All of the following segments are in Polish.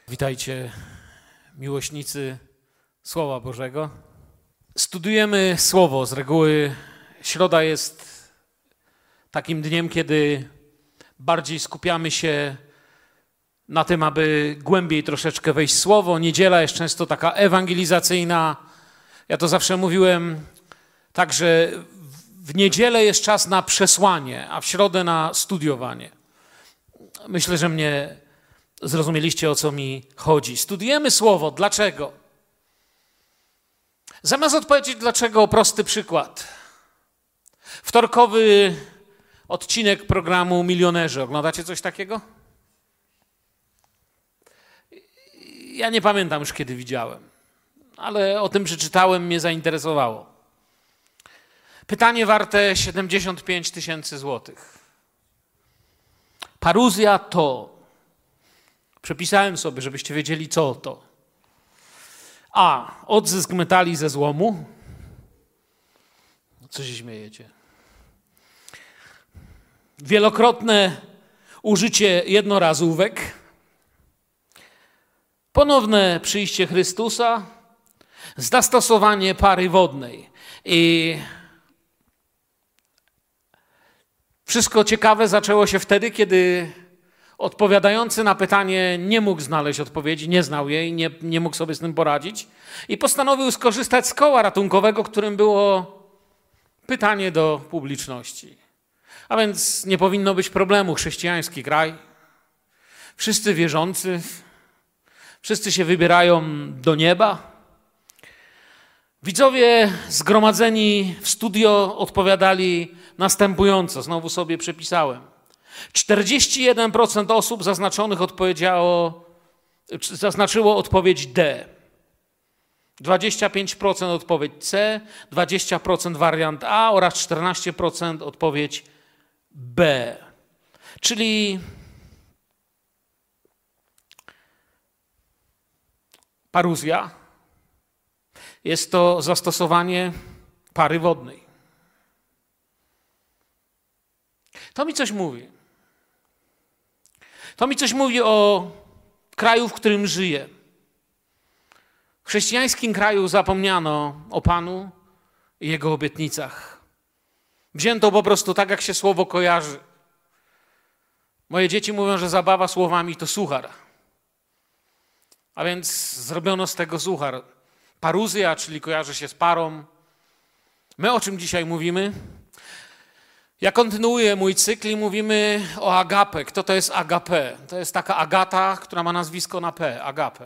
Witajcie, miłośnicy Słowa Bożego. Studujemy Słowo. Z reguły środa jest takim dniem, kiedy bardziej skupiamy się na tym, aby głębiej troszeczkę wejść w Słowo. Niedziela jest często taka ewangelizacyjna. Ja to zawsze mówiłem tak, że w niedzielę jest czas na przesłanie, a w środę na studiowanie. Myślę, że mnie zrozumieliście, o co mi chodzi. Studujemy Słowo. Dlaczego? Zamiast odpowiedzieć dlaczego, prosty przykład. Wtorkowy odcinek programu Milionerzy. Oglądacie coś takiego? Ja nie pamiętam już, kiedy widziałem, ale o tym przeczytałem, mnie zainteresowało. Pytanie warte 75 000 złotych. Paruzja to. Przepisałem sobie, żebyście wiedzieli, co to. A. Odzysk metali ze złomu. Co się śmiejecie? Wielokrotne użycie jednorazówek. Ponowne przyjście Chrystusa. Zastosowanie pary wodnej. I wszystko ciekawe zaczęło się wtedy, kiedy odpowiadający na pytanie nie mógł znaleźć odpowiedzi, nie znał jej, nie mógł sobie z tym poradzić i postanowił skorzystać z koła ratunkowego, którym było pytanie do publiczności. A więc nie powinno być problemu. Chrześcijański kraj, wszyscy wierzący, wszyscy się wybierają do nieba. Widzowie zgromadzeni w studio odpowiadali następująco, znowu sobie przepisałem. 41% osób zaznaczyło odpowiedź D, 25% odpowiedź C, 20% wariant A oraz 14% odpowiedź B. Czyli paruzja jest to zastosowanie pary wodnej. To mi coś mówi. To mi coś mówi o kraju, w którym żyję. W chrześcijańskim kraju zapomniano o Panu i Jego obietnicach. Wzięto po prostu tak, jak się słowo kojarzy. Moje dzieci mówią, że zabawa słowami to suchar. A więc zrobiono z tego suchar. Paruzja, czyli kojarzy się z parą. My o czym dzisiaj mówimy? Ja kontynuuję mój cykl i mówimy o agape. Kto to jest agape? To jest taka Agata, która ma nazwisko na P. Agape.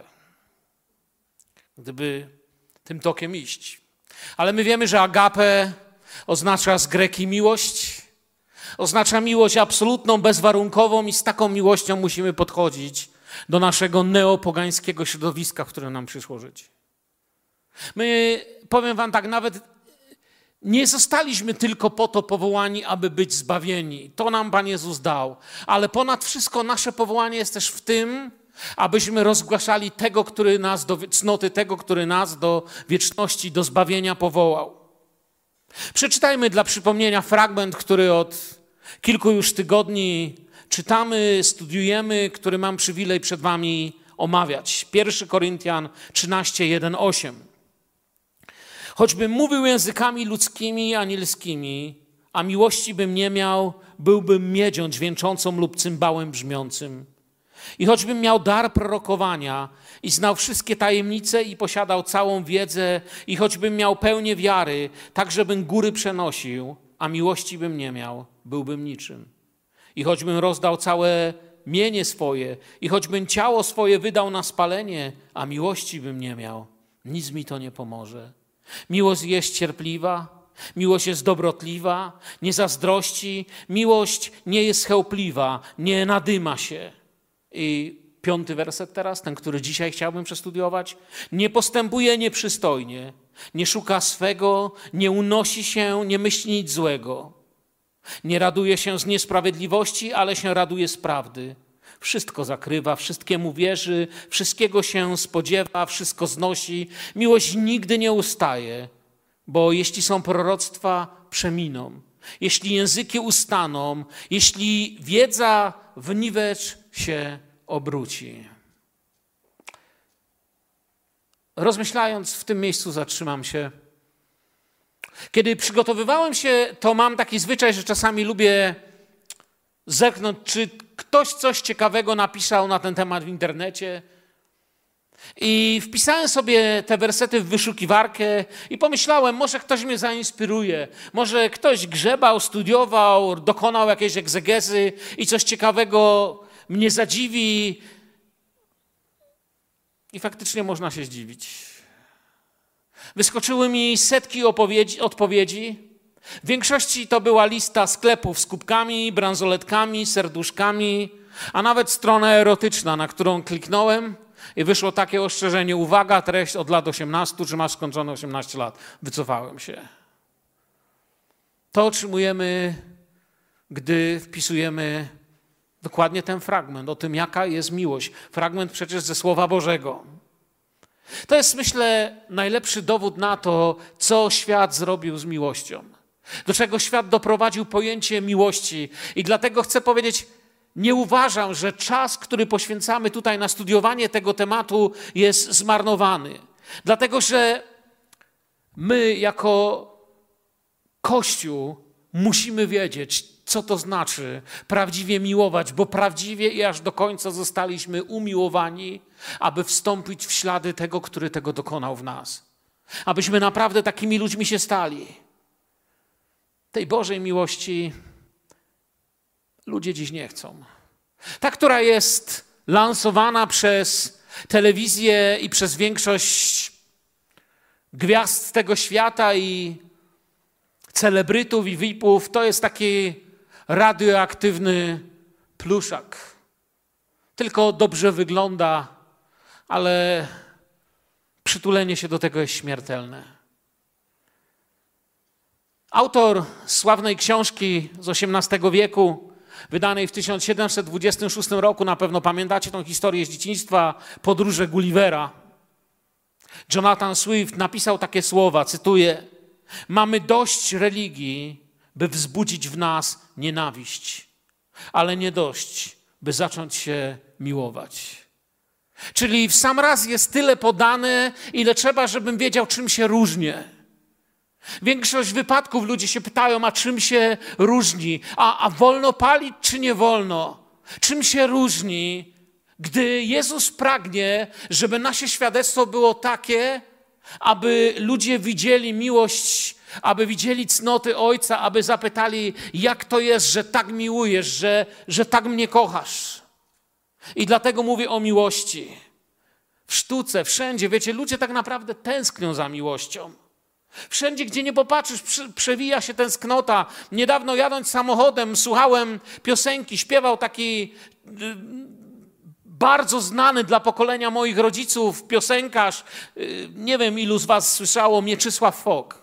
Gdyby tym tokiem iść. Ale my wiemy, że agape oznacza z greki miłość. Oznacza miłość absolutną, bezwarunkową i z taką miłością musimy podchodzić do naszego neopogańskiego środowiska, w którym nam przyszło żyć. My, powiem wam tak, nawet nie zostaliśmy tylko po to powołani, aby być zbawieni. To nam Pan Jezus dał. Ale ponad wszystko nasze powołanie jest też w tym, abyśmy rozgłaszali tego, który nas do cnoty, tego, który nas do wieczności, do zbawienia powołał. Przeczytajmy dla przypomnienia fragment, który od kilku już tygodni czytamy, studiujemy, który mam przywilej przed wami omawiać. 1 Koryntian 13, 1, 8. Choćbym mówił językami ludzkimi i anielskimi, a miłości bym nie miał, byłbym miedzią dźwięczącą lub cymbałem brzmiącym. I choćbym miał dar prorokowania i znał wszystkie tajemnice i posiadał całą wiedzę, i choćbym miał pełnię wiary, tak żebym góry przenosił, a miłości bym nie miał, byłbym niczym. I choćbym rozdał całe mienie swoje, i choćbym ciało swoje wydał na spalenie, a miłości bym nie miał, nic mi to nie pomoże. Miłość jest cierpliwa, miłość jest dobrotliwa, nie zazdrości, miłość nie jest chełpliwa, nie nadyma się. I 5. werset teraz, ten, który dzisiaj chciałbym przestudiować. Nie postępuje nieprzystojnie, nie szuka swego, nie unosi się, nie myśli nic złego. Nie raduje się z niesprawiedliwości, ale się raduje z prawdy. Wszystko zakrywa, wszystkiemu wierzy, wszystkiego się spodziewa, wszystko znosi. Miłość nigdy nie ustaje, bo jeśli są proroctwa, przeminą. Jeśli języki ustaną, jeśli wiedza w niwecz się obróci. rozmyślając w tym miejscu zatrzymam się. Kiedy przygotowywałem się, to mam taki zwyczaj, że czasami lubię zerknąć, czy ktoś coś ciekawego napisał na ten temat w internecie. I wpisałem sobie te wersety w wyszukiwarkę i pomyślałem, może ktoś mnie zainspiruje, może ktoś grzebał, studiował, dokonał jakiejś egzegezy i coś ciekawego mnie zadziwi. I faktycznie można się zdziwić. Wyskoczyły mi setki odpowiedzi. W większości to była lista sklepów z kubkami, bransoletkami, serduszkami, a nawet strona erotyczna, na którą kliknąłem i wyszło takie ostrzeżenie: uwaga, treść od lat 18, czy masz skończone 18 lat. Wycofałem się. To otrzymujemy, gdy wpisujemy dokładnie ten fragment o tym, jaka jest miłość. Fragment przecież ze Słowa Bożego. To jest, myślę, najlepszy dowód na to, co świat zrobił z miłością. Do czego świat doprowadził pojęcie miłości. I dlatego chcę powiedzieć, nie uważam, że czas, który poświęcamy tutaj na studiowanie tego tematu, jest zmarnowany. Dlatego, że my jako Kościół musimy wiedzieć, co to znaczy prawdziwie miłować, bo prawdziwie i aż do końca zostaliśmy umiłowani, aby wstąpić w ślady tego, który tego dokonał w nas. Abyśmy naprawdę takimi ludźmi się stali. Tej Bożej miłości ludzie dziś nie chcą. Ta, która jest lansowana przez telewizję i przez większość gwiazd tego świata i celebrytów i VIP-ów, to jest taki radioaktywny pluszak. Tylko dobrze wygląda, ale przytulenie się do tego jest śmiertelne. Autor sławnej książki z XVIII wieku, wydanej w 1726 roku, na pewno pamiętacie tę historię z dzieciństwa, Podróże Gullivera. Jonathan Swift napisał takie słowa, cytuję: mamy dość religii, by wzbudzić w nas nienawiść, ale nie dość, by zacząć się miłować. Czyli w sam raz jest tyle podane, ile trzeba, żebym wiedział, czym się różnię. Większość wypadków ludzie się pytają, a czym się różni? A wolno palić, czy nie wolno? Czym się różni, gdy Jezus pragnie, żeby nasze świadectwo było takie, aby ludzie widzieli miłość, aby widzieli cnoty Ojca, aby zapytali, jak to jest, że tak miłujesz, że tak mnie kochasz. I dlatego mówię o miłości. W sztuce, wszędzie, wiecie, ludzie tak naprawdę tęsknią za miłością. Wszędzie, gdzie nie popatrzysz, przewija się tęsknota. Niedawno jadąc samochodem słuchałem piosenki, śpiewał taki bardzo znany dla pokolenia moich rodziców piosenkarz, nie wiem ilu z was słyszało, Mieczysław Fok.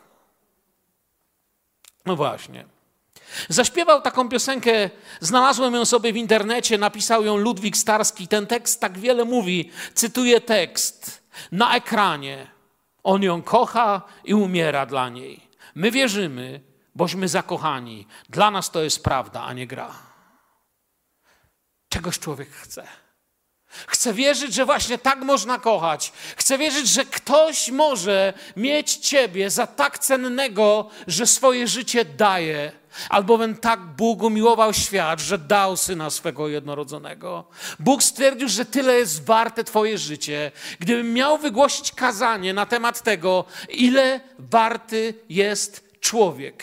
No właśnie. Zaśpiewał taką piosenkę, znalazłem ją sobie w internecie, napisał ją Ludwik Starski. Ten tekst tak wiele mówi, cytuję tekst. Na ekranie on ją kocha i umiera dla niej. My wierzymy, bośmy zakochani. Dla nas to jest prawda, a nie gra. Czegoś człowiek chce. Chce wierzyć, że właśnie tak można kochać. Chce wierzyć, że ktoś może mieć ciebie za tak cennego, że swoje życie daje. Albowiem tak Bóg umiłował świat, że dał Syna swego jednorodzonego. Bóg stwierdził, że tyle jest warte twoje życie. Gdybym miał wygłosić kazanie na temat tego, ile warty jest człowiek,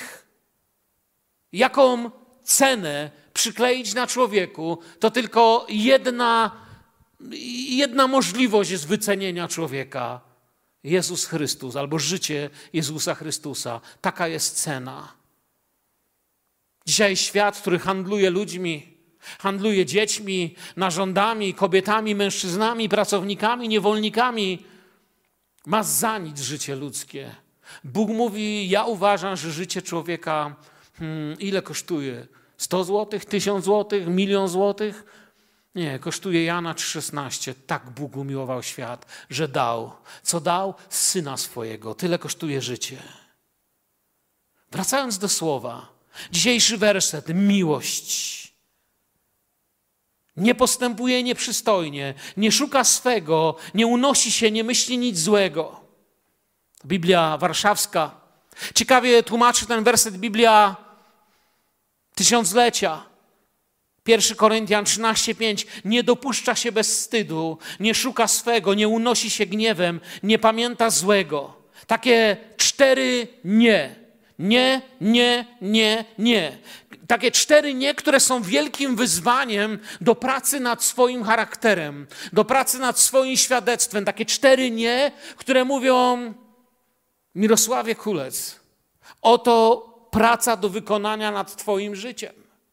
jaką cenę przykleić na człowieku, to tylko jedna możliwość jest wycenienia człowieka. Jezus Chrystus albo życie Jezusa Chrystusa. Taka jest cena. Dzisiaj świat, który handluje ludźmi, handluje dziećmi, narządami, kobietami, mężczyznami, pracownikami, niewolnikami, ma za nic życie ludzkie. Bóg mówi, ja uważam, że życie człowieka ile kosztuje? 100 zł, 1000 zł, 1 000 000 złotych? Nie, kosztuje Jana 3,16. Tak Bóg umiłował świat, że dał. Co dał? Syna swojego. Tyle kosztuje życie. Wracając do słowa. Dzisiejszy werset. Miłość. nie postępuje nieprzystojnie, nie szuka swego, nie unosi się, nie myśli nic złego. Biblia Warszawska ciekawie tłumaczy ten werset Biblia Tysiąclecia. 1 Koryntian 13:5. Nie dopuszcza się bezwstydu, nie szuka swego, nie unosi się gniewem, nie pamięta złego. Takie 4 nie. Nie, nie, nie, nie. Takie 4 nie, które są wielkim wyzwaniem do pracy nad swoim charakterem, do pracy nad swoim świadectwem. Takie 4 nie, które mówią: Mirosławie Kulec, oto praca do wykonania nad twoim życiem.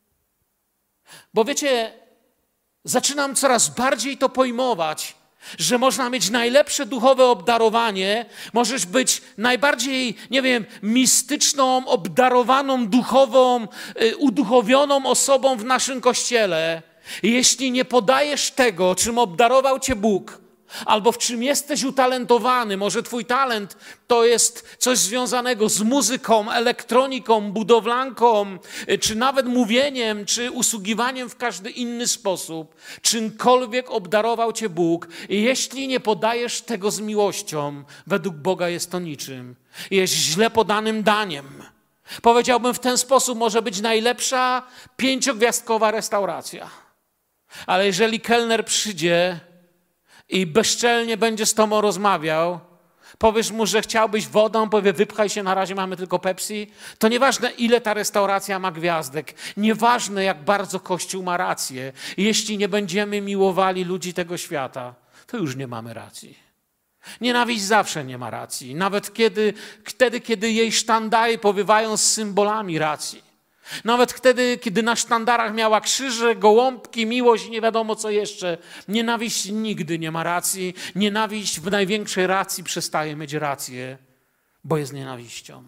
Bo wiecie, zaczynam coraz bardziej to pojmować, że można mieć najlepsze duchowe obdarowanie, możesz być najbardziej, mistyczną, obdarowaną, duchową, uduchowioną osobą w naszym Kościele. Jeśli nie podajesz tego, czym obdarował cię Bóg, albo w czym jesteś utalentowany, może twój talent to jest coś związanego z muzyką, elektroniką, budowlanką, czy nawet mówieniem, czy usługiwaniem w każdy inny sposób, czymkolwiek obdarował cię Bóg, i jeśli nie podajesz tego z miłością, według Boga jest to niczym. Jest źle podanym daniem. Powiedziałbym w ten sposób, może być najlepsza 5-gwiazdkowa restauracja. Ale jeżeli kelner przyjdzie i bezczelnie będzie z tobą rozmawiał, powiesz mu, że chciałbyś wodą, powie: wypchaj się, na razie mamy tylko Pepsi, to nieważne, ile ta restauracja ma gwiazdek, nieważne, jak bardzo Kościół ma rację, jeśli nie będziemy miłowali ludzi tego świata, to już nie mamy racji. Nienawiść zawsze nie ma racji, nawet wtedy, kiedy jej sztandary powiewają z symbolami racji. Nawet wtedy, kiedy na sztandarach miała krzyże, gołąbki, miłość i nie wiadomo co jeszcze. Nienawiść nigdy nie ma racji. Nienawiść w największej racji przestaje mieć rację, bo jest nienawiścią.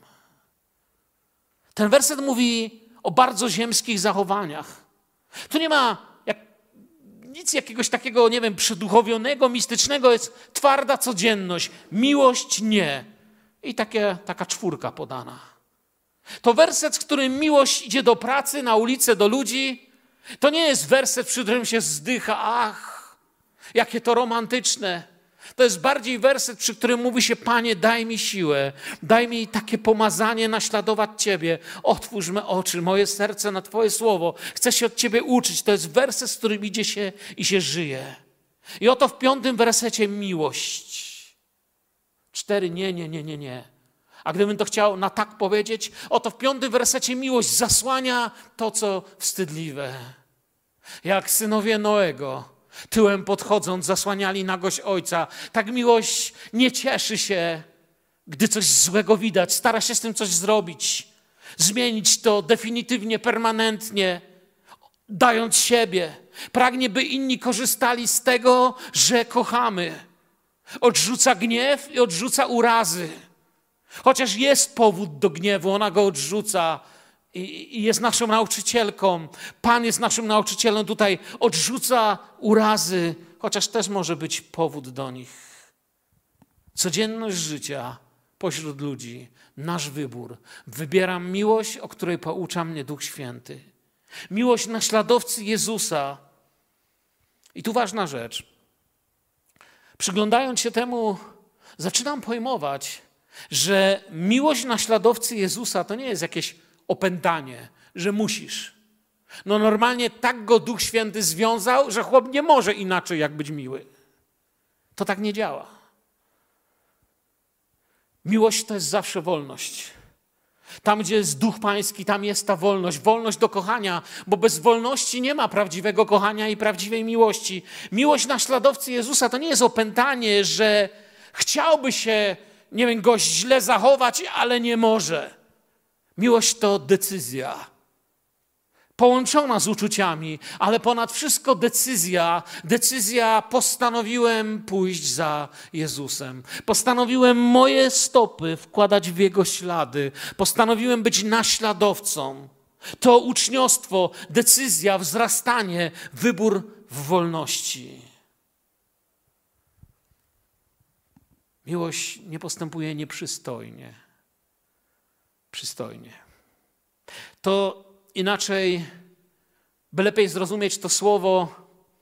Ten werset mówi o bardzo ziemskich zachowaniach. Tu nie ma nic jakiegoś takiego, przeduchowionego, mistycznego. Jest twarda codzienność. Miłość nie. I taka 4 podana. To werset, w którym miłość idzie do pracy, na ulicę, do ludzi. To nie jest werset, przy którym się wzdycha: ach, jakie to romantyczne. To jest bardziej werset, przy którym mówi się: Panie, daj mi siłę, daj mi takie pomazanie naśladować Ciebie. Otwórz me oczy, moje serce na Twoje słowo. Chcę się od Ciebie uczyć. To jest werset, z którym idzie się i się żyje. I oto w 5. wersecie miłość. 4 nie. A gdybym to chciał na tak powiedzieć, oto w 5. wersecie miłość zasłania to, co wstydliwe. Jak synowie Noego, tyłem podchodząc, zasłaniali nagość ojca, tak miłość nie cieszy się, gdy coś złego widać. Stara się z tym coś zrobić, zmienić to definitywnie, permanentnie, dając siebie. Pragnie, by inni korzystali z tego, że kochamy. Odrzuca gniew i odrzuca urazy. Chociaż jest powód do gniewu, ona go odrzuca i jest naszą nauczycielką. Pan jest naszym nauczycielem tutaj. Odrzuca urazy, chociaż też może być powód do nich. Codzienność życia pośród ludzi, nasz wybór. Wybieram miłość, o której poucza mnie Duch Święty. Miłość naśladowcy Jezusa. I tu ważna rzecz. Przyglądając się temu, zaczynam pojmować, że miłość naśladowcy Jezusa to nie jest jakieś opętanie, że musisz. No normalnie tak go Duch Święty związał, że chłop nie może inaczej jak być miły. To tak nie działa. Miłość to jest zawsze wolność. Tam, gdzie jest Duch Pański, tam jest ta wolność. Wolność do kochania, bo bez wolności nie ma prawdziwego kochania i prawdziwej miłości. Miłość naśladowcy Jezusa to nie jest opętanie, że chciałby się, go źle zachować, ale nie może. Miłość to decyzja. Połączona z uczuciami, ale ponad wszystko decyzja postanowiłem pójść za Jezusem. Postanowiłem moje stopy wkładać w Jego ślady. Postanowiłem być naśladowcą. To uczniostwo, decyzja, wzrastanie, wybór w wolności. Miłość nie postępuje nieprzystojnie. Przystojnie. To inaczej, by lepiej zrozumieć to słowo,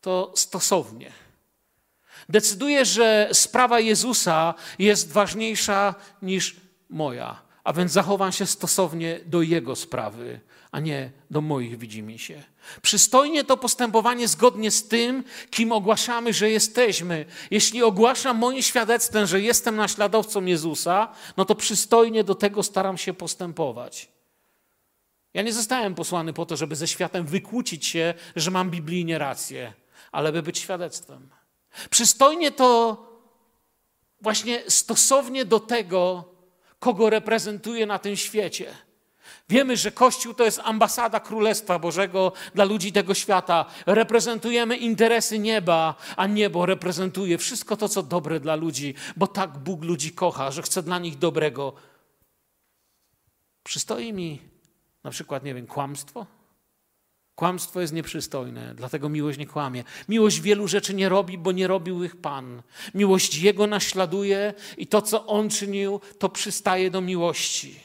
to stosownie. Decyduję, że sprawa Jezusa jest ważniejsza niż moja, a więc zachowam się stosownie do Jego sprawy, a nie do moich widzimisię. Przystojnie to postępowanie zgodnie z tym, kim ogłaszamy, że jesteśmy. Jeśli ogłaszam moim świadectwem, że jestem naśladowcą Jezusa, no to przystojnie do tego staram się postępować. Ja nie zostałem posłany po to, żeby ze światem wykłócić się, że mam biblijnie rację, ale by być świadectwem. Przystojnie to właśnie stosownie do tego, kogo reprezentuję na tym świecie. Wiemy, że Kościół to jest ambasada Królestwa Bożego dla ludzi tego świata. Reprezentujemy interesy nieba, a niebo reprezentuje wszystko to, co dobre dla ludzi, bo tak Bóg ludzi kocha, że chce dla nich dobrego. Przystoi mi na przykład, nie wiem, kłamstwo? Kłamstwo jest nieprzystojne, dlatego miłość nie kłamie. Miłość wielu rzeczy nie robi, bo nie robił ich Pan. Miłość Jego naśladuje i to, co On czynił, to przystaje do miłości.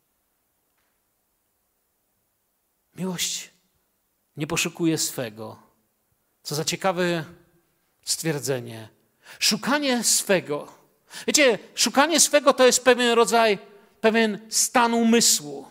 Miłość nie poszukuje swego. Co za ciekawe stwierdzenie. Szukanie swego. Wiecie, szukanie swego to jest pewien stan umysłu.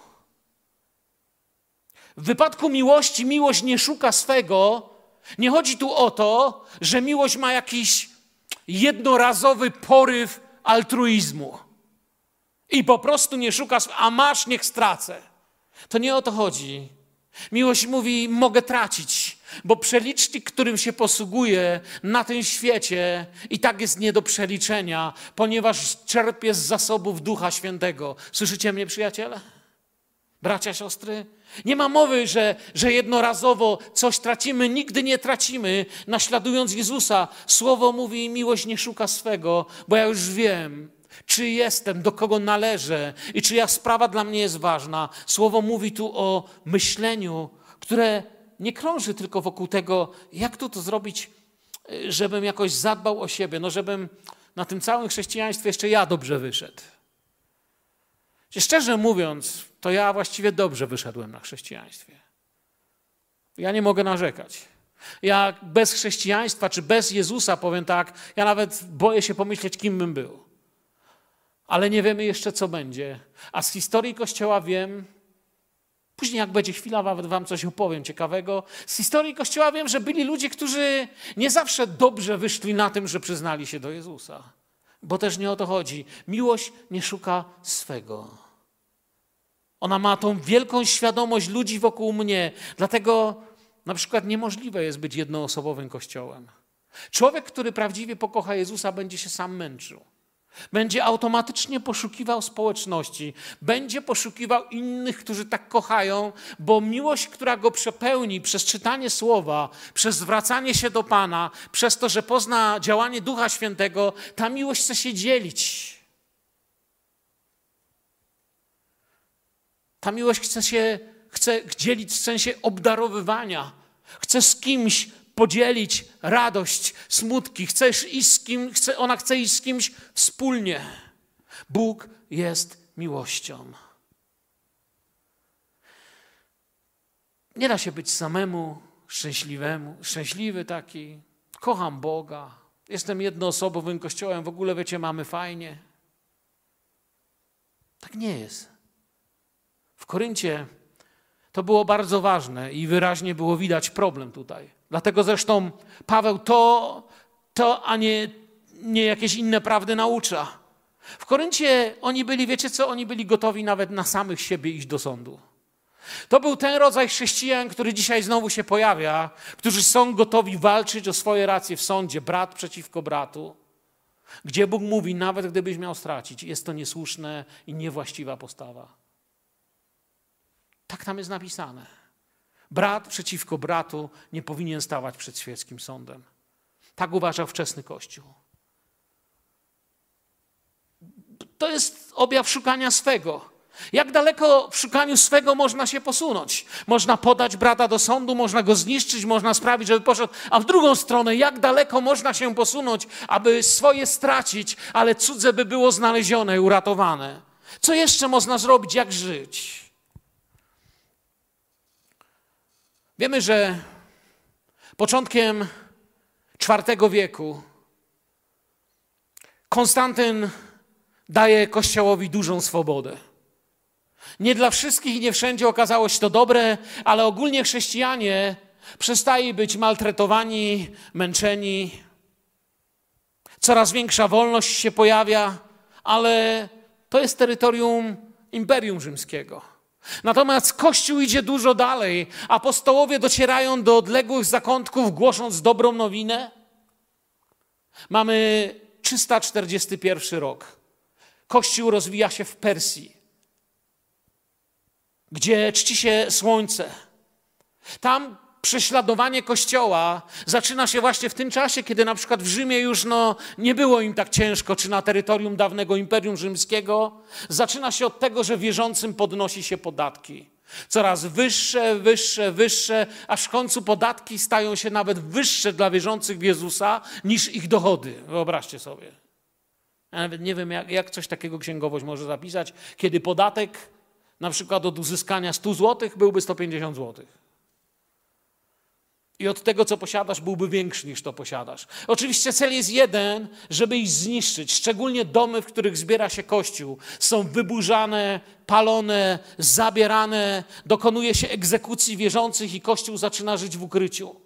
W wypadku miłości, miłość nie szuka swego. Nie chodzi tu o to, że miłość ma jakiś jednorazowy poryw altruizmu. I po prostu nie szuka swego, a masz, niech stracę. To nie o to chodzi. Miłość mówi, mogę tracić, bo przelicznik, którym się posługuję na tym świecie i tak jest nie do przeliczenia, ponieważ czerpię z zasobów Ducha Świętego. Słyszycie mnie, przyjaciele? Bracia, siostry? Nie ma mowy, że jednorazowo coś tracimy. Nigdy nie tracimy, naśladując Jezusa. Słowo mówi, miłość nie szuka swego, bo ja już wiem, czy jestem, do kogo należę i czyja sprawa dla mnie jest ważna. Słowo mówi tu o myśleniu, które nie krąży tylko wokół tego, jak tu to zrobić, żebym jakoś zadbał o siebie, no żebym na tym całym chrześcijaństwie jeszcze ja dobrze wyszedł. Szczerze mówiąc, to ja właściwie dobrze wyszedłem na chrześcijaństwie. Ja nie mogę narzekać. Ja bez chrześcijaństwa czy bez Jezusa, powiem tak, ja nawet boję się pomyśleć, kim bym był. Ale nie wiemy jeszcze, co będzie. A z historii Kościoła wiem, później jak będzie chwila, wam coś opowiem ciekawego. Z historii Kościoła wiem, że byli ludzie, którzy nie zawsze dobrze wyszli na tym, że przyznali się do Jezusa. Bo też nie o to chodzi. Miłość nie szuka swego. Ona ma tą wielką świadomość ludzi wokół mnie. Dlatego na przykład niemożliwe jest być jednoosobowym kościołem. Człowiek, który prawdziwie pokocha Jezusa, będzie się sam męczył. Będzie automatycznie poszukiwał społeczności. Będzie poszukiwał innych, którzy tak kochają, bo miłość, która go przepełni przez czytanie Słowa, przez zwracanie się do Pana, przez to, że pozna działanie Ducha Świętego, ta miłość chce się dzielić. Ta miłość chce dzielić w sensie obdarowywania. Chce z kimś podzielić radość, smutki. Ona chce iść z kimś wspólnie. Bóg jest miłością. Nie da się być samemu szczęśliwy taki. Kocham Boga. Jestem jednoosobowym kościołem. W ogóle, wiecie, mamy fajnie. Tak nie jest. W Koryncie to było bardzo ważne i wyraźnie było widać problem tutaj. Dlatego zresztą Paweł a nie jakieś inne prawdy naucza. W Koryncie oni byli, wiecie co, oni byli gotowi nawet na samych siebie iść do sądu. To był ten rodzaj chrześcijan, który dzisiaj znowu się pojawia, którzy są gotowi walczyć o swoje racje w sądzie, brat przeciwko bratu, gdzie Bóg mówi, nawet gdybyś miał stracić, jest to niesłuszne i niewłaściwa postawa. Tak tam jest napisane. Brat przeciwko bratu nie powinien stawać przed świeckim sądem. Tak uważał wczesny Kościół. To jest objaw szukania swego. Jak daleko w szukaniu swego można się posunąć? Można podać brata do sądu, można go zniszczyć, można sprawić, żeby poszedł. A w drugą stronę, jak daleko można się posunąć, aby swoje stracić, ale cudze by było znalezione i uratowane? Co jeszcze można zrobić? Jak żyć? Wiemy, że początkiem IV wieku Konstantyn daje Kościołowi dużą swobodę. Nie dla wszystkich i nie wszędzie okazało się to dobre, ale ogólnie chrześcijanie przestali być maltretowani, męczeni. Coraz większa wolność się pojawia, ale to jest terytorium Imperium Rzymskiego. Natomiast Kościół idzie dużo dalej. Apostołowie docierają do odległych zakątków, głosząc dobrą nowinę. Mamy 341 rok. Kościół rozwija się w Persji, gdzie czci się słońce. Tam prześladowanie Kościoła zaczyna się właśnie w tym czasie, kiedy na przykład w Rzymie już nie było im tak ciężko, czy na terytorium dawnego Imperium Rzymskiego. Zaczyna się od tego, że wierzącym podnosi się podatki. Coraz wyższe, wyższe, wyższe, aż w końcu podatki stają się nawet wyższe dla wierzących w Jezusa niż ich dochody. Wyobraźcie sobie. Ja nawet nie wiem, jak coś takiego księgowość może zapisać, kiedy podatek na przykład od uzyskania 100 zł byłby 150 zł. I od tego, co posiadasz, byłby większy niż to posiadasz. Oczywiście cel jest jeden, żeby ich zniszczyć. Szczególnie domy, w których zbiera się Kościół, są wyburzane, palone, zabierane. Dokonuje się egzekucji wierzących i Kościół zaczyna żyć w ukryciu.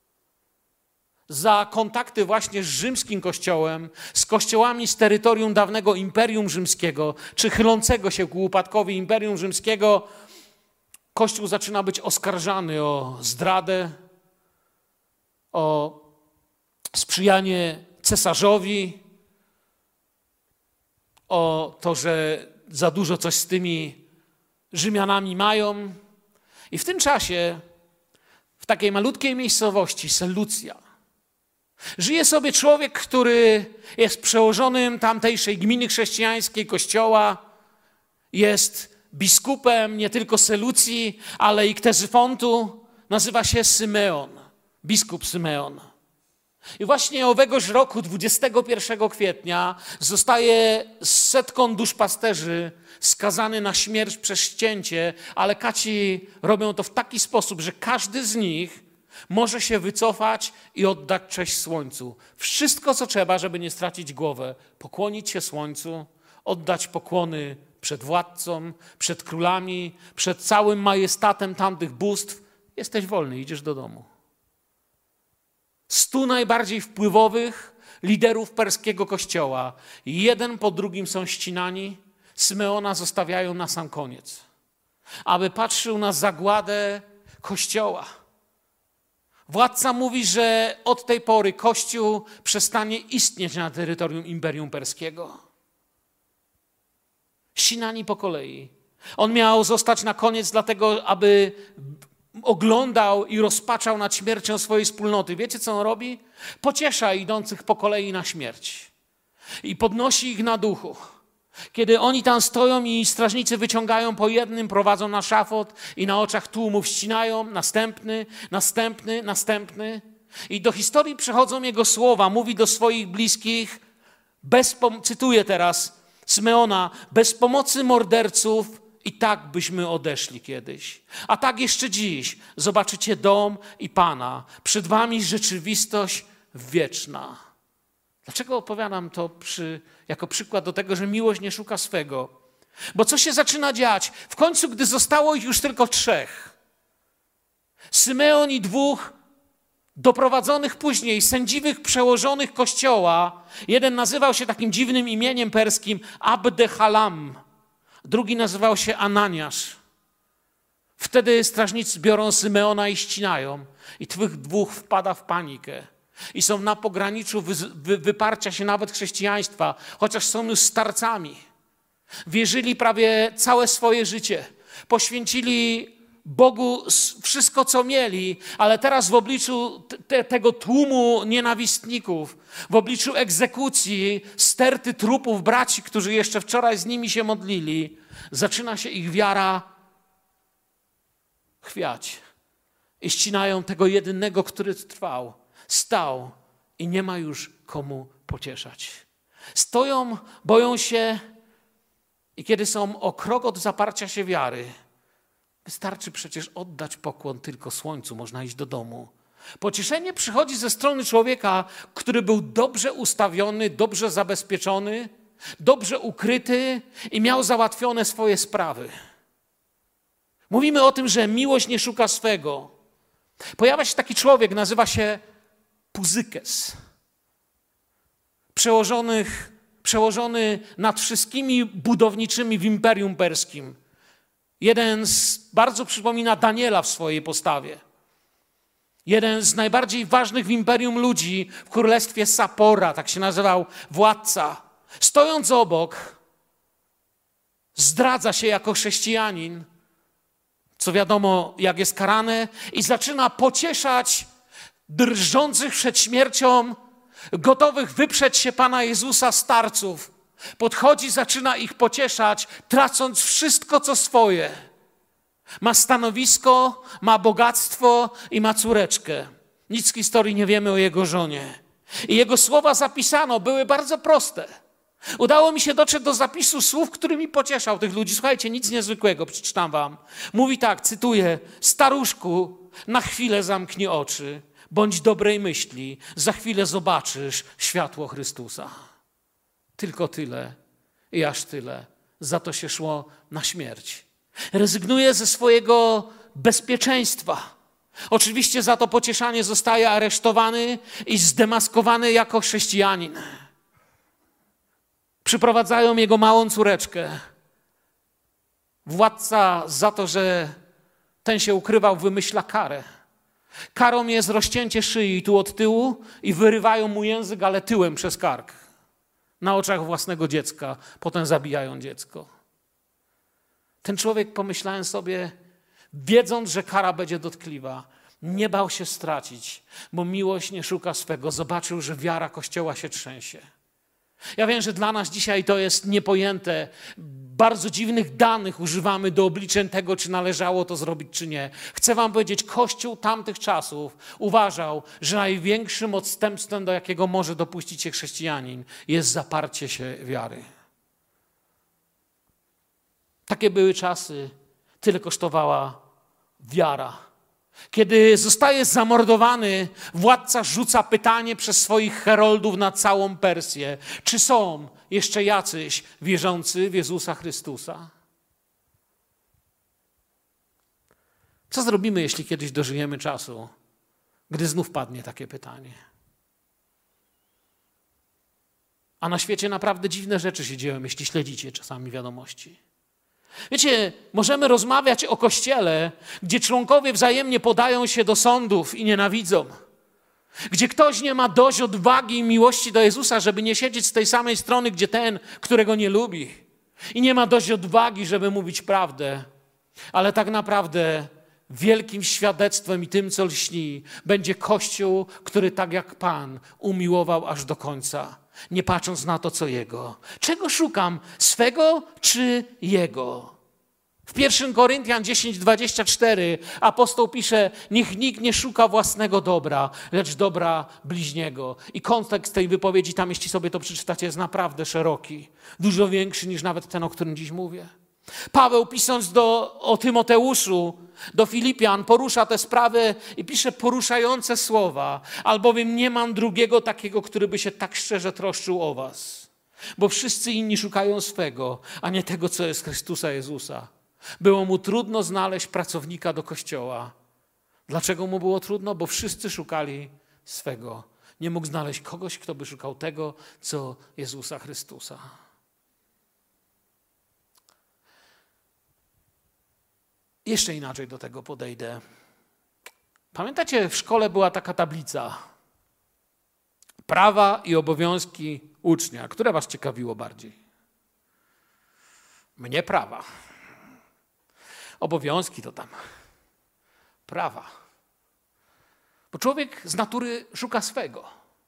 Za kontakty właśnie z rzymskim kościołem, z kościołami z terytorium dawnego Imperium Rzymskiego, czy chylącego się ku upadkowi Imperium Rzymskiego, Kościół zaczyna być oskarżany o zdradę, o sprzyjanie cesarzowi, o to, że za dużo coś z tymi Rzymianami mają. I w tym czasie, w takiej malutkiej miejscowości, Seleucja, żyje sobie człowiek, który jest przełożonym tamtejszej gminy chrześcijańskiej, kościoła, jest biskupem nie tylko Seleucji, ale i Ktezyfontu, nazywa się Symeon, biskup Symeon. I właśnie owegoż roku, 21 kwietnia, zostaje z 100 duszpasterzy skazany na śmierć przez ścięcie, ale kaci robią to w taki sposób, że każdy z nich może się wycofać i oddać cześć słońcu. Wszystko, co trzeba, żeby nie stracić głowę. Pokłonić się słońcu, oddać pokłony przed władcą, przed królami, przed całym majestatem tamtych bóstw. Jesteś wolny, idziesz do domu. 100 najbardziej wpływowych liderów perskiego kościoła, jeden po drugim są ścinani, Symeona zostawiają na sam koniec, aby patrzył na zagładę kościoła. Władca mówi, że od tej pory Kościół przestanie istnieć na terytorium Imperium Perskiego. Ścinani po kolei. On miał zostać na koniec dlatego, aby oglądał i rozpaczał nad śmiercią swojej wspólnoty. Wiecie, co on robi? Pociesza idących po kolei na śmierć i podnosi ich na duchu. Kiedy oni tam stoją i strażnicy wyciągają po jednym, prowadzą na szafot i na oczach tłumów ścinają, następny, następny, następny. I do historii przechodzą jego słowa, mówi do swoich bliskich, cytuję teraz Symeona, bez pomocy morderców i tak byśmy odeszli kiedyś. A tak jeszcze dziś zobaczycie dom i Pana. Przed wami rzeczywistość wieczna. Dlaczego opowiadam to jako przykład do tego, że miłość nie szuka swego? Bo co się zaczyna dziać? W końcu, gdy zostało ich już tylko 3. Symeon i 2 doprowadzonych później sędziwych przełożonych kościoła. Jeden nazywał się takim dziwnym imieniem perskim Abdehalam. Drugi nazywał się Ananiasz. Wtedy strażnicy biorą Symeona i ścinają. I tych 2 wpada w panikę. I są na pograniczu wyparcia się nawet chrześcijaństwa, chociaż są już starcami. Wierzyli prawie całe swoje życie. Poświęcili Bogu wszystko, co mieli, ale teraz w obliczu tego tłumu nienawistników, w obliczu egzekucji, sterty trupów braci, którzy jeszcze wczoraj z nimi się modlili, zaczyna się ich wiara chwiać. I ścinają tego jedynego, który trwał. Stał i nie ma już komu pocieszać. Stoją, boją się i kiedy są o krok od zaparcia się wiary, wystarczy przecież oddać pokłon tylko słońcu, można iść do domu. Pocieszenie przychodzi ze strony człowieka, który był dobrze ustawiony, dobrze zabezpieczony, dobrze ukryty i miał załatwione swoje sprawy. Mówimy o tym, że miłość nie szuka swego. Pojawia się taki człowiek, nazywa się Puzykes. Przełożony nad wszystkimi budowniczymi w Imperium Perskim. Bardzo przypomina Daniela w swojej postawie. Jeden z najbardziej ważnych w imperium ludzi w królestwie Sapora, tak się nazywał władca. Stojąc obok, zdradza się jako chrześcijanin, co wiadomo jak jest karane, i zaczyna pocieszać drżących przed śmiercią, gotowych wyprzeć się Pana Jezusa starców. Podchodzi, zaczyna ich pocieszać, tracąc wszystko co swoje. Ma stanowisko, ma bogactwo i ma córeczkę. Nic z historii nie wiemy o jego żonie. I jego słowa zapisano, były bardzo proste. Udało mi się dotrzeć do zapisu słów, którymi pocieszał tych ludzi. Słuchajcie, nic niezwykłego, przeczytam wam. Mówi tak, cytuję: staruszku, na chwilę zamknij oczy, bądź dobrej myśli, za chwilę zobaczysz światło Chrystusa. Tylko tyle i aż tyle. Za to się szło na śmierć. Rezygnuje ze swojego bezpieczeństwa. Oczywiście za to pocieszanie zostaje aresztowany i zdemaskowany jako chrześcijanin. Przyprowadzają jego małą córeczkę. Władca za to, że ten się ukrywał, wymyśla karę. Karą jest rozcięcie szyi tu od tyłu i wyrywają mu język, ale tyłem przez kark. Na oczach własnego dziecka. Potem zabijają dziecko. Ten człowiek, pomyślałem sobie, wiedząc, że kara będzie dotkliwa, nie bał się stracić, bo miłość nie szuka swego. Zobaczył, że wiara Kościoła się trzęsie. Ja wiem, że dla nas dzisiaj to jest niepojęte. Bardzo dziwnych danych używamy do obliczeń tego, czy należało to zrobić, czy nie. Chcę wam powiedzieć, Kościół tamtych czasów uważał, że największym odstępstwem, do jakiego może dopuścić się chrześcijanin, jest zaparcie się wiary. Takie były czasy, tyle kosztowała wiara. Kiedy zostaje zamordowany, władca rzuca pytanie przez swoich heroldów na całą Persję: czy są jeszcze jacyś wierzący w Jezusa Chrystusa? Co zrobimy, jeśli kiedyś dożyjemy czasu, gdy znów padnie takie pytanie? A na świecie naprawdę dziwne rzeczy się dzieją, jeśli śledzicie czasami wiadomości. Wiecie, możemy rozmawiać o Kościele, gdzie członkowie wzajemnie podają się do sądów i nienawidzą. Gdzie ktoś nie ma dość odwagi i miłości do Jezusa, żeby nie siedzieć z tej samej strony, gdzie ten, którego nie lubi. I nie ma dość odwagi, żeby mówić prawdę. Ale tak naprawdę wielkim świadectwem i tym, co lśni, będzie Kościół, który tak jak Pan umiłował aż do końca. Nie patrząc na to, co Jego. Czego szukam? Swego czy Jego? W 1 Koryntian 10:24 apostoł pisze: niech nikt nie szuka własnego dobra, lecz dobra bliźniego. I kontekst tej wypowiedzi, tam jeśli sobie to przeczytacie, jest naprawdę szeroki. Dużo większy niż nawet ten, o którym dziś mówię. Paweł, pisząc o Tymoteuszu, do Filipian, porusza tę sprawę i pisze poruszające słowa: albowiem nie mam drugiego takiego, który by się tak szczerze troszczył o was. Bo wszyscy inni szukają swego, a nie tego, co jest Chrystusa Jezusa. Było mu trudno znaleźć pracownika do Kościoła. Dlaczego mu było trudno? Bo wszyscy szukali swego. Nie mógł znaleźć kogoś, kto by szukał tego, co Jezusa Chrystusa. Jeszcze inaczej do tego podejdę. Pamiętacie, w szkole była taka tablica: prawa i obowiązki ucznia. Które was ciekawiło bardziej? Mnie prawa. Obowiązki to tam prawa. Bo człowiek z natury szuka swego.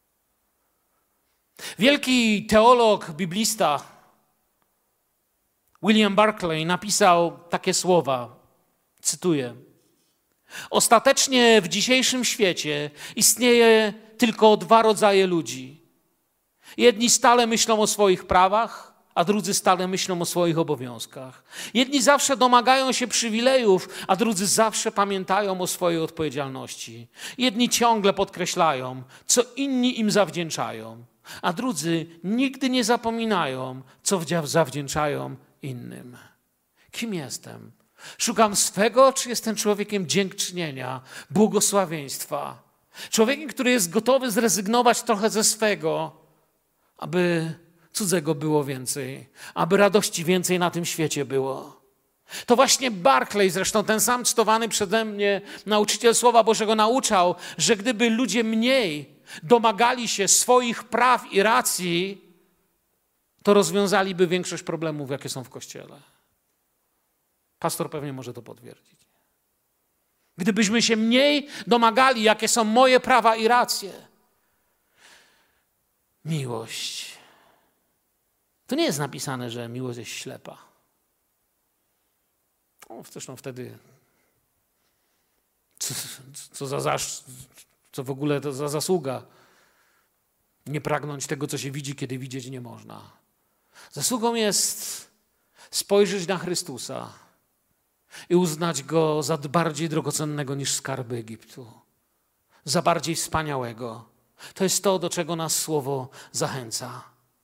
Wielki teolog, biblista William Barclay napisał takie słowa, cytuję: ostatecznie w dzisiejszym świecie istnieje tylko dwa rodzaje ludzi. Jedni stale myślą o swoich prawach, a drudzy stale myślą o swoich obowiązkach. Jedni zawsze domagają się przywilejów, a drudzy zawsze pamiętają o swojej odpowiedzialności. Jedni ciągle podkreślają, co inni im zawdzięczają, a drudzy nigdy nie zapominają, co zawdzięczają innym. Kim jestem? Szukam swego, czy jestem człowiekiem dziękczynienia, błogosławieństwa? Człowiekiem, który jest gotowy zrezygnować trochę ze swego, aby cudzego było więcej, aby radości więcej na tym świecie było. To właśnie Barclay, zresztą ten sam cytowany przeze mnie nauczyciel Słowa Bożego, nauczał, że gdyby ludzie mniej domagali się swoich praw i racji, to rozwiązaliby większość problemów, jakie są w Kościele. Pastor pewnie może to potwierdzić. Gdybyśmy się mniej domagali, jakie są moje prawa i racje. Miłość. To nie jest napisane, że miłość jest ślepa. Zresztą wtedy co w ogóle to za zasługa nie pragnąć tego, co się widzi, kiedy widzieć nie można. Zasługą jest spojrzeć na Chrystusa i uznać Go za bardziej drogocennego niż skarby Egiptu. Za bardziej wspaniałego. To jest to, do czego nas Słowo zachęca.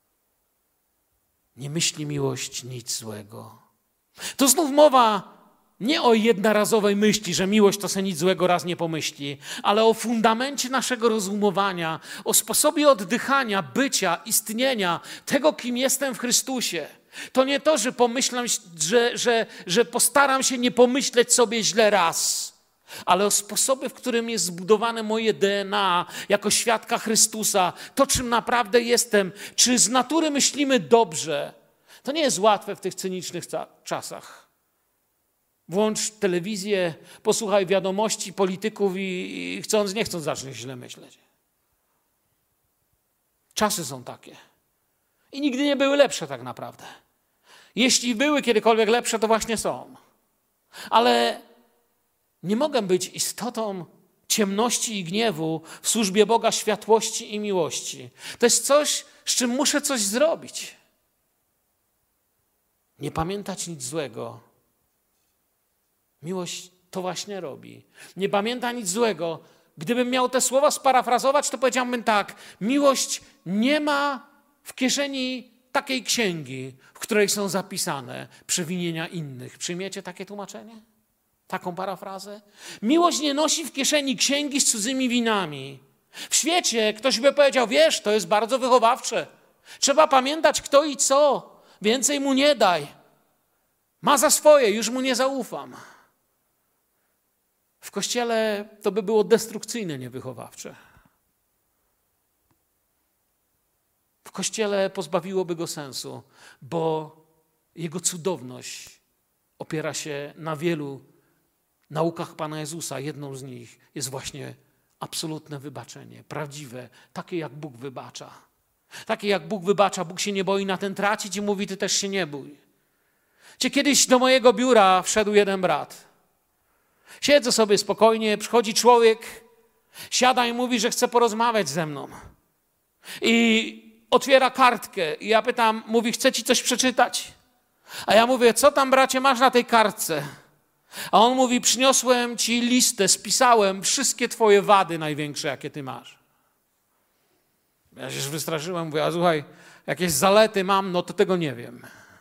Nie myśli miłość nic złego. To znów mowa nie o jednorazowej myśli, że miłość to se nic złego raz nie pomyśli, ale o fundamencie naszego rozumowania, o sposobie oddychania, bycia, istnienia, tego, kim jestem w Chrystusie. To nie to, że pomyślam, że postaram się nie pomyśleć sobie źle raz, ale o sposobie, w którym jest zbudowane moje DNA jako świadka Chrystusa, to, czym naprawdę jestem, czy z natury myślimy dobrze. To nie jest łatwe w tych cynicznych czasach. Włącz telewizję, posłuchaj wiadomości polityków i chcąc, nie chcąc zaczniesz źle myśleć. Czasy są takie. I nigdy nie były lepsze tak naprawdę. Jeśli były kiedykolwiek lepsze, to właśnie są. Ale nie mogę być istotą ciemności i gniewu w służbie Boga, światłości i miłości. To jest coś, z czym muszę coś zrobić. Nie pamiętać nic złego. Miłość to właśnie robi. Nie pamięta nic złego. Gdybym miał te słowa sparafrazować, to powiedziałbym tak. Miłość nie ma w kieszeni takiej księgi, w której są zapisane przewinienia innych. Przyjmiecie takie tłumaczenie? Taką parafrazę? Miłość nie nosi w kieszeni księgi z cudzymi winami. W świecie ktoś by powiedział, wiesz, to jest bardzo wychowawcze. Trzeba pamiętać kto i co. Więcej mu nie daj. Ma za swoje, już mu nie zaufam. W Kościele to by było destrukcyjne, niewychowawcze. W Kościele pozbawiłoby go sensu, bo jego cudowność opiera się na wielu naukach Pana Jezusa. Jedną z nich jest właśnie absolutne wybaczenie, prawdziwe, takie jak Bóg wybacza. Takie jak Bóg wybacza, Bóg się nie boi na ten tracić i mówi, ty też się nie bój. Kiedyś do mojego biura wszedł jeden brat. Siedzę sobie spokojnie, przychodzi człowiek, siada i mówi, że chce porozmawiać ze mną. I otwiera kartkę i ja pytam, mówi, chce ci coś przeczytać? A ja mówię, co tam bracie masz na tej kartce? A on mówi, przyniosłem ci listę, spisałem wszystkie twoje wady największe, jakie ty masz. Ja się już wystraszyłem, mówię, a słuchaj, jakieś zalety mam, no to tego nie wiem.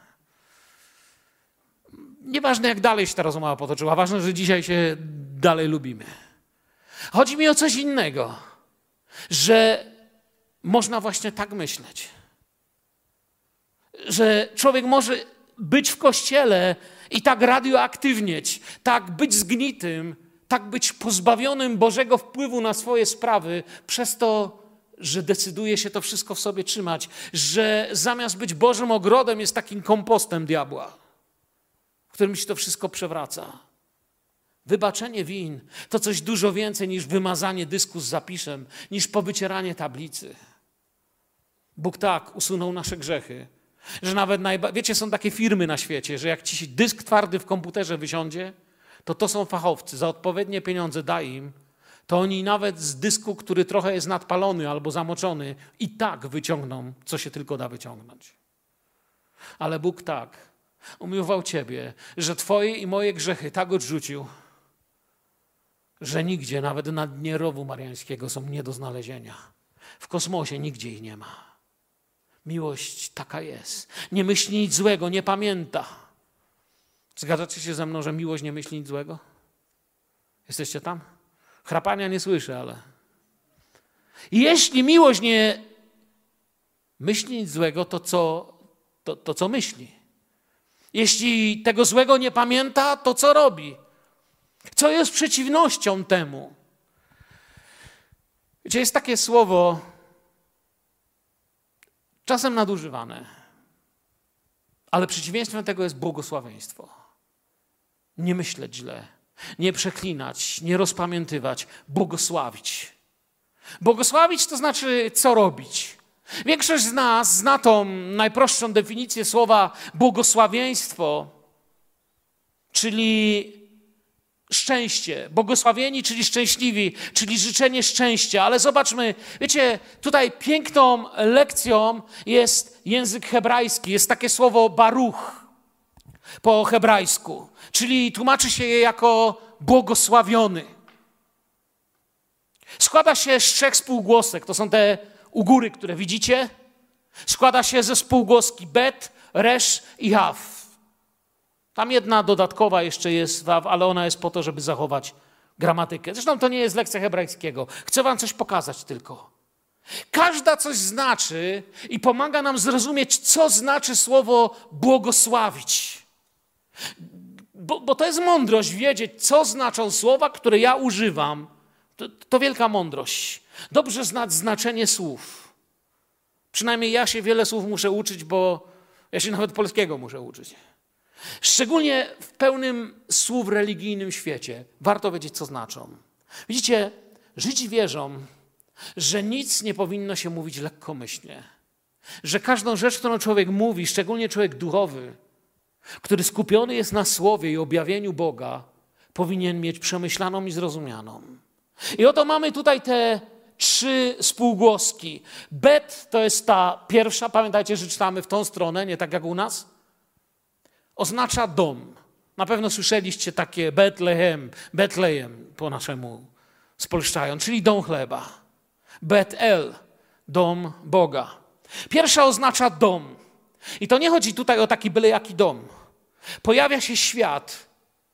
Nieważne, jak dalej się ta rozmowa potoczyła, ważne, że dzisiaj się dalej lubimy. Chodzi mi o coś innego, że można właśnie tak myśleć, że człowiek może być w Kościele i tak radioaktywnieć, tak być zgnitym, tak być pozbawionym Bożego wpływu na swoje sprawy przez to, że decyduje się to wszystko w sobie trzymać, że zamiast być Bożym ogrodem jest takim kompostem diabła, w którym się to wszystko przewraca. Wybaczenie win to coś dużo więcej niż wymazanie dysku z zapiszem, niż powycieranie tablicy. Bóg tak usunął nasze grzechy, że nawet, wiecie, są takie firmy na świecie, że jak ci dysk twardy w komputerze wysiądzie, to są fachowcy, za odpowiednie pieniądze daj im, to oni nawet z dysku, który trochę jest nadpalony albo zamoczony, i tak wyciągną, co się tylko da wyciągnąć. Ale Bóg tak umiłował ciebie, że twoje i moje grzechy tak odrzucił, że nigdzie, nawet na dnie rowu mariańskiego, są nie do znalezienia. W kosmosie nigdzie ich nie ma. Miłość taka jest. Nie myśli nic złego, nie pamięta. Zgadzacie się ze mną, że miłość nie myśli nic złego? Jesteście tam? Chrapania nie słyszę, ale... Jeśli miłość nie myśli nic złego, to co myśli? Jeśli tego złego nie pamięta, to co robi? Co jest przeciwnością temu? Wiecie, jest takie słowo, czasem nadużywane, ale przeciwieństwem tego jest błogosławieństwo. Nie myśleć źle, nie przeklinać, nie rozpamiętywać, błogosławić. Błogosławić to znaczy co robić? Większość z nas zna tą najprostszą definicję słowa błogosławieństwo, czyli szczęście. Błogosławieni, czyli szczęśliwi, czyli życzenie szczęścia. Ale zobaczmy, wiecie, tutaj piękną lekcją jest język hebrajski. Jest takie słowo baruch po hebrajsku, czyli tłumaczy się je jako błogosławiony. Składa się z 3 spółgłosek. To są te u góry, które widzicie. Składa się ze spółgłoski bet, resz i haf. Tam jedna dodatkowa jeszcze jest, ale ona jest po to, żeby zachować gramatykę. Zresztą to nie jest lekcja hebrajskiego. Chcę wam coś pokazać tylko. Każda coś znaczy i pomaga nam zrozumieć, co znaczy słowo błogosławić. Bo to jest mądrość, wiedzieć, co znaczą słowa, które ja używam. To wielka mądrość. Dobrze znać znaczenie słów. Przynajmniej ja się wiele słów muszę uczyć, bo ja się nawet polskiego muszę uczyć. Szczególnie w pełnym słów religijnym świecie warto wiedzieć, co znaczą. Widzicie, Żydzi wierzą, że nic nie powinno się mówić lekkomyślnie. Że każdą rzecz, którą człowiek mówi, szczególnie człowiek duchowy, który skupiony jest na słowie i objawieniu Boga, powinien mieć przemyślaną i zrozumianą. I oto mamy tutaj te 3 spółgłoski. Bet to jest ta pierwsza, pamiętajcie, że czytamy w tą stronę, nie tak jak u nas. Oznacza dom. Na pewno słyszeliście takie Betlejem po naszemu spolszczając, czyli dom chleba. Bet-El, dom Boga. Pierwsza oznacza dom. I to nie chodzi tutaj o taki byle jaki dom. Pojawia się świat,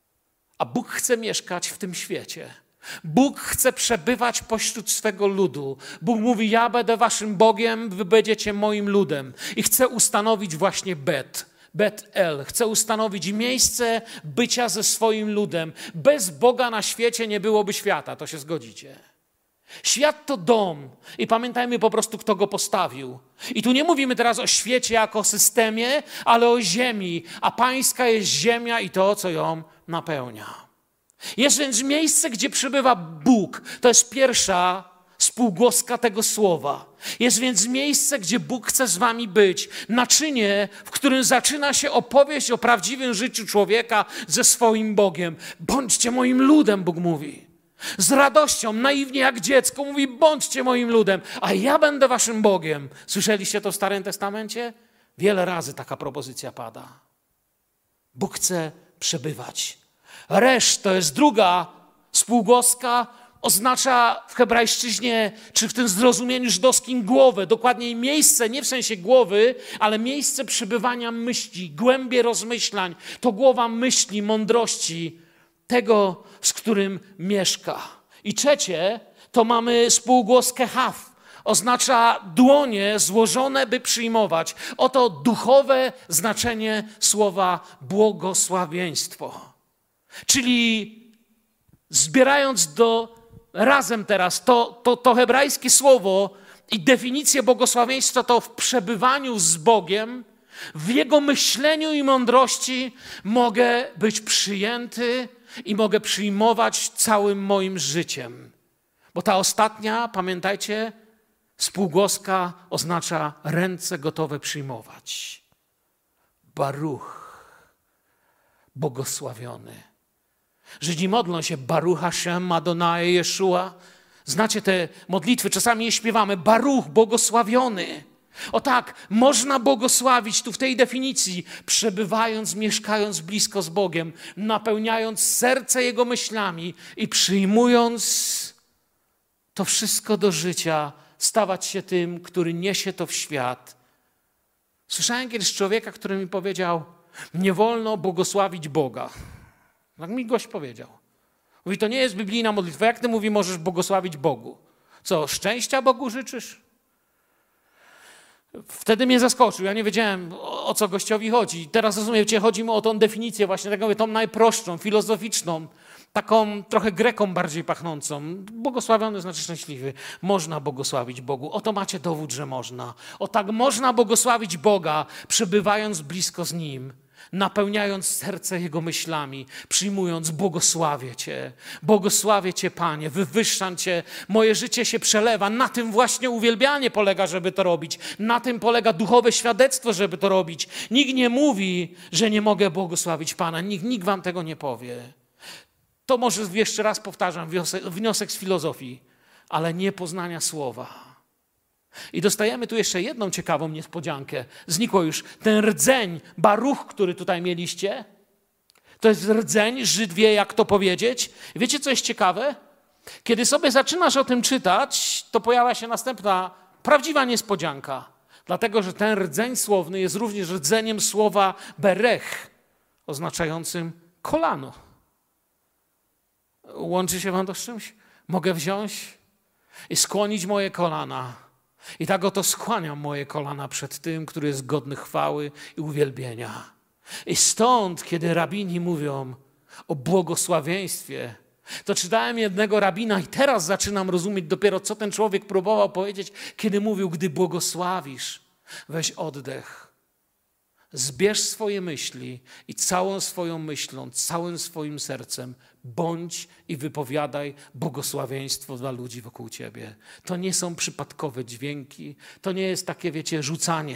a Bóg chce mieszkać w tym świecie. Bóg chce przebywać pośród swego ludu. Bóg mówi, ja będę waszym Bogiem, wy będziecie moim ludem. I chce ustanowić właśnie Bet-El. Chce ustanowić miejsce bycia ze swoim ludem. Bez Boga na świecie nie byłoby świata, to się zgodzicie. Świat to dom i pamiętajmy po prostu, kto go postawił. I tu nie mówimy teraz o świecie jako systemie, ale o ziemi, a pańska jest ziemia i to, co ją napełnia. Jest więc miejsce, gdzie przybywa Bóg. To jest pierwsza spółgłoska tego słowa. Jest więc miejsce, gdzie Bóg chce z wami być. Naczynie, w którym zaczyna się opowieść o prawdziwym życiu człowieka ze swoim Bogiem. Bądźcie moim ludem, Bóg mówi. Z radością, naiwnie jak dziecko mówi, bądźcie moim ludem, a ja będę waszym Bogiem. Słyszeliście to w Starym Testamencie? Wiele razy taka propozycja pada. Bóg chce przebywać. Resz to jest druga spółgłoska, oznacza w hebrajszczyźnie, czy w tym zrozumieniu żydowskim głowę, dokładniej miejsce, nie w sensie głowy, ale miejsce przebywania myśli, głębie rozmyślań. To głowa myśli, mądrości, tego, z którym mieszka. I trzecie, to mamy spółgłoskę haf. Oznacza dłonie złożone, by przyjmować. Oto duchowe znaczenie słowa błogosławieństwo. Czyli zbierając razem teraz to hebrajskie słowo i definicję błogosławieństwa, to w przebywaniu z Bogiem, w Jego myśleniu i mądrości mogę być przyjęty i mogę przyjmować całym moim życiem. Bo ta ostatnia, pamiętajcie, spółgłoska oznacza ręce gotowe przyjmować. Baruch, błogosławiony. Żydzi modlą się Baruch Hashem Adonai Jeszua. Znacie te modlitwy, czasami je śpiewamy. Baruch, błogosławiony. O tak, można błogosławić tu w tej definicji, przebywając, mieszkając blisko z Bogiem, napełniając serce Jego myślami i przyjmując to wszystko do życia, stawać się tym, który niesie to w świat. Słyszałem kiedyś człowieka, który mi powiedział, nie wolno błogosławić Boga. Tak mi gość powiedział. Mówi, to nie jest biblijna modlitwa. Jak ty, mówi, możesz błogosławić Bogu? Co, szczęścia Bogu życzysz? Wtedy mnie zaskoczył. Ja nie wiedziałem, o co gościowi chodzi. Teraz rozumiecie, chodzi mu o tą definicję właśnie, taką tą najprostszą, filozoficzną, taką trochę Grekom bardziej pachnącą. Błogosławiony znaczy szczęśliwy. Można błogosławić Bogu. Oto macie dowód, że można. O tak można błogosławić Boga, przebywając blisko z Nim, napełniając serce Jego myślami, przyjmując, błogosławię Cię, Panie, wywyższam Cię, moje życie się przelewa. Na tym właśnie uwielbianie polega, żeby to robić. Na tym polega duchowe świadectwo, żeby to robić. Nikt nie mówi, że nie mogę błogosławić Pana. Nikt wam tego nie powie. To może jeszcze raz powtarzam, wniosek z filozofii, ale nie poznania słowa. I dostajemy tu jeszcze jedną ciekawą niespodziankę. Znikło już ten rdzeń, baruch, który tutaj mieliście. To jest rdzeń, Żyd wie, jak to powiedzieć. I wiecie, co jest ciekawe? Kiedy sobie zaczynasz o tym czytać, to pojawia się następna prawdziwa niespodzianka. Dlatego, że ten rdzeń słowny jest również rdzeniem słowa berech, oznaczającym kolano. Łączy się wam to z czymś? Mogę wziąć i skłonić moje kolana. I tak oto skłaniam moje kolana przed tym, który jest godny chwały i uwielbienia. I stąd, kiedy rabini mówią o błogosławieństwie, to czytałem jednego rabina i teraz zaczynam rozumieć dopiero, co ten człowiek próbował powiedzieć, kiedy mówił, gdy błogosławisz, weź oddech. Zbierz swoje myśli i całą swoją myślą, całym swoim sercem bądź i wypowiadaj błogosławieństwo dla ludzi wokół ciebie. To nie są przypadkowe dźwięki, to nie jest takie, wiecie, rzucanie.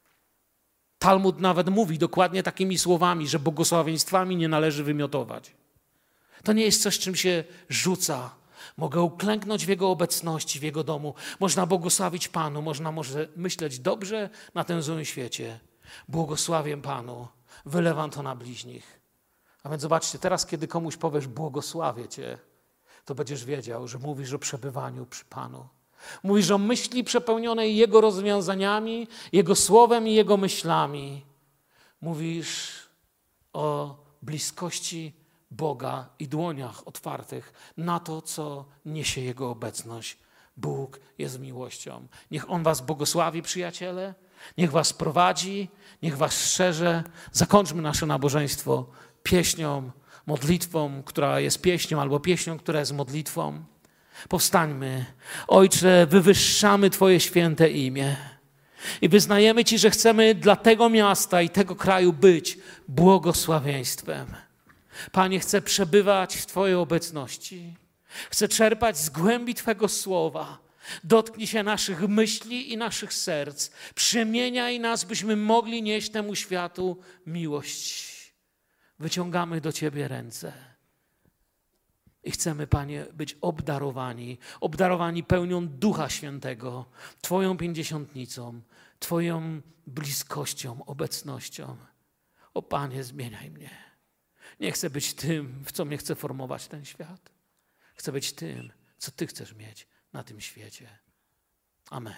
Talmud nawet mówi dokładnie takimi słowami, że błogosławieństwami nie należy wymiotować. To nie jest coś, czym się rzuca. Mogę uklęknąć w Jego obecności, w Jego domu. Można błogosławić Panu, można może myśleć dobrze na tym złym świecie. Błogosławię Panu, wylewam to na bliźnich. A więc zobaczcie, teraz kiedy komuś powiesz błogosławię Cię, to będziesz wiedział, że mówisz o przebywaniu przy Panu. Mówisz o myśli przepełnionej Jego rozwiązaniami, Jego słowem i Jego myślami. Mówisz o bliskości Boga i dłoniach otwartych na to, co niesie Jego obecność. Bóg jest miłością. Niech On was błogosławi, przyjaciele. Niech was prowadzi, niech was strzeże. Zakończmy nasze nabożeństwo pieśnią, modlitwą, która jest pieśnią, albo pieśnią, która jest modlitwą. Powstańmy. Ojcze, wywyższamy Twoje święte imię i wyznajemy Ci, że chcemy dla tego miasta i tego kraju być błogosławieństwem. Panie, chcę przebywać w Twojej obecności. Chcę czerpać z głębi Twego słowa. Dotknij się naszych myśli i naszych serc. Przemieniaj nas, byśmy mogli nieść temu światu miłość. Wyciągamy do Ciebie ręce. I chcemy, Panie, być obdarowani pełnią Ducha Świętego, Twoją pięćdziesiątnicą, Twoją bliskością, obecnością. O Panie, zmieniaj mnie. Nie chcę być tym, w co mnie chce formować ten świat. Chcę być tym, co Ty chcesz mieć na tym świecie. Amen.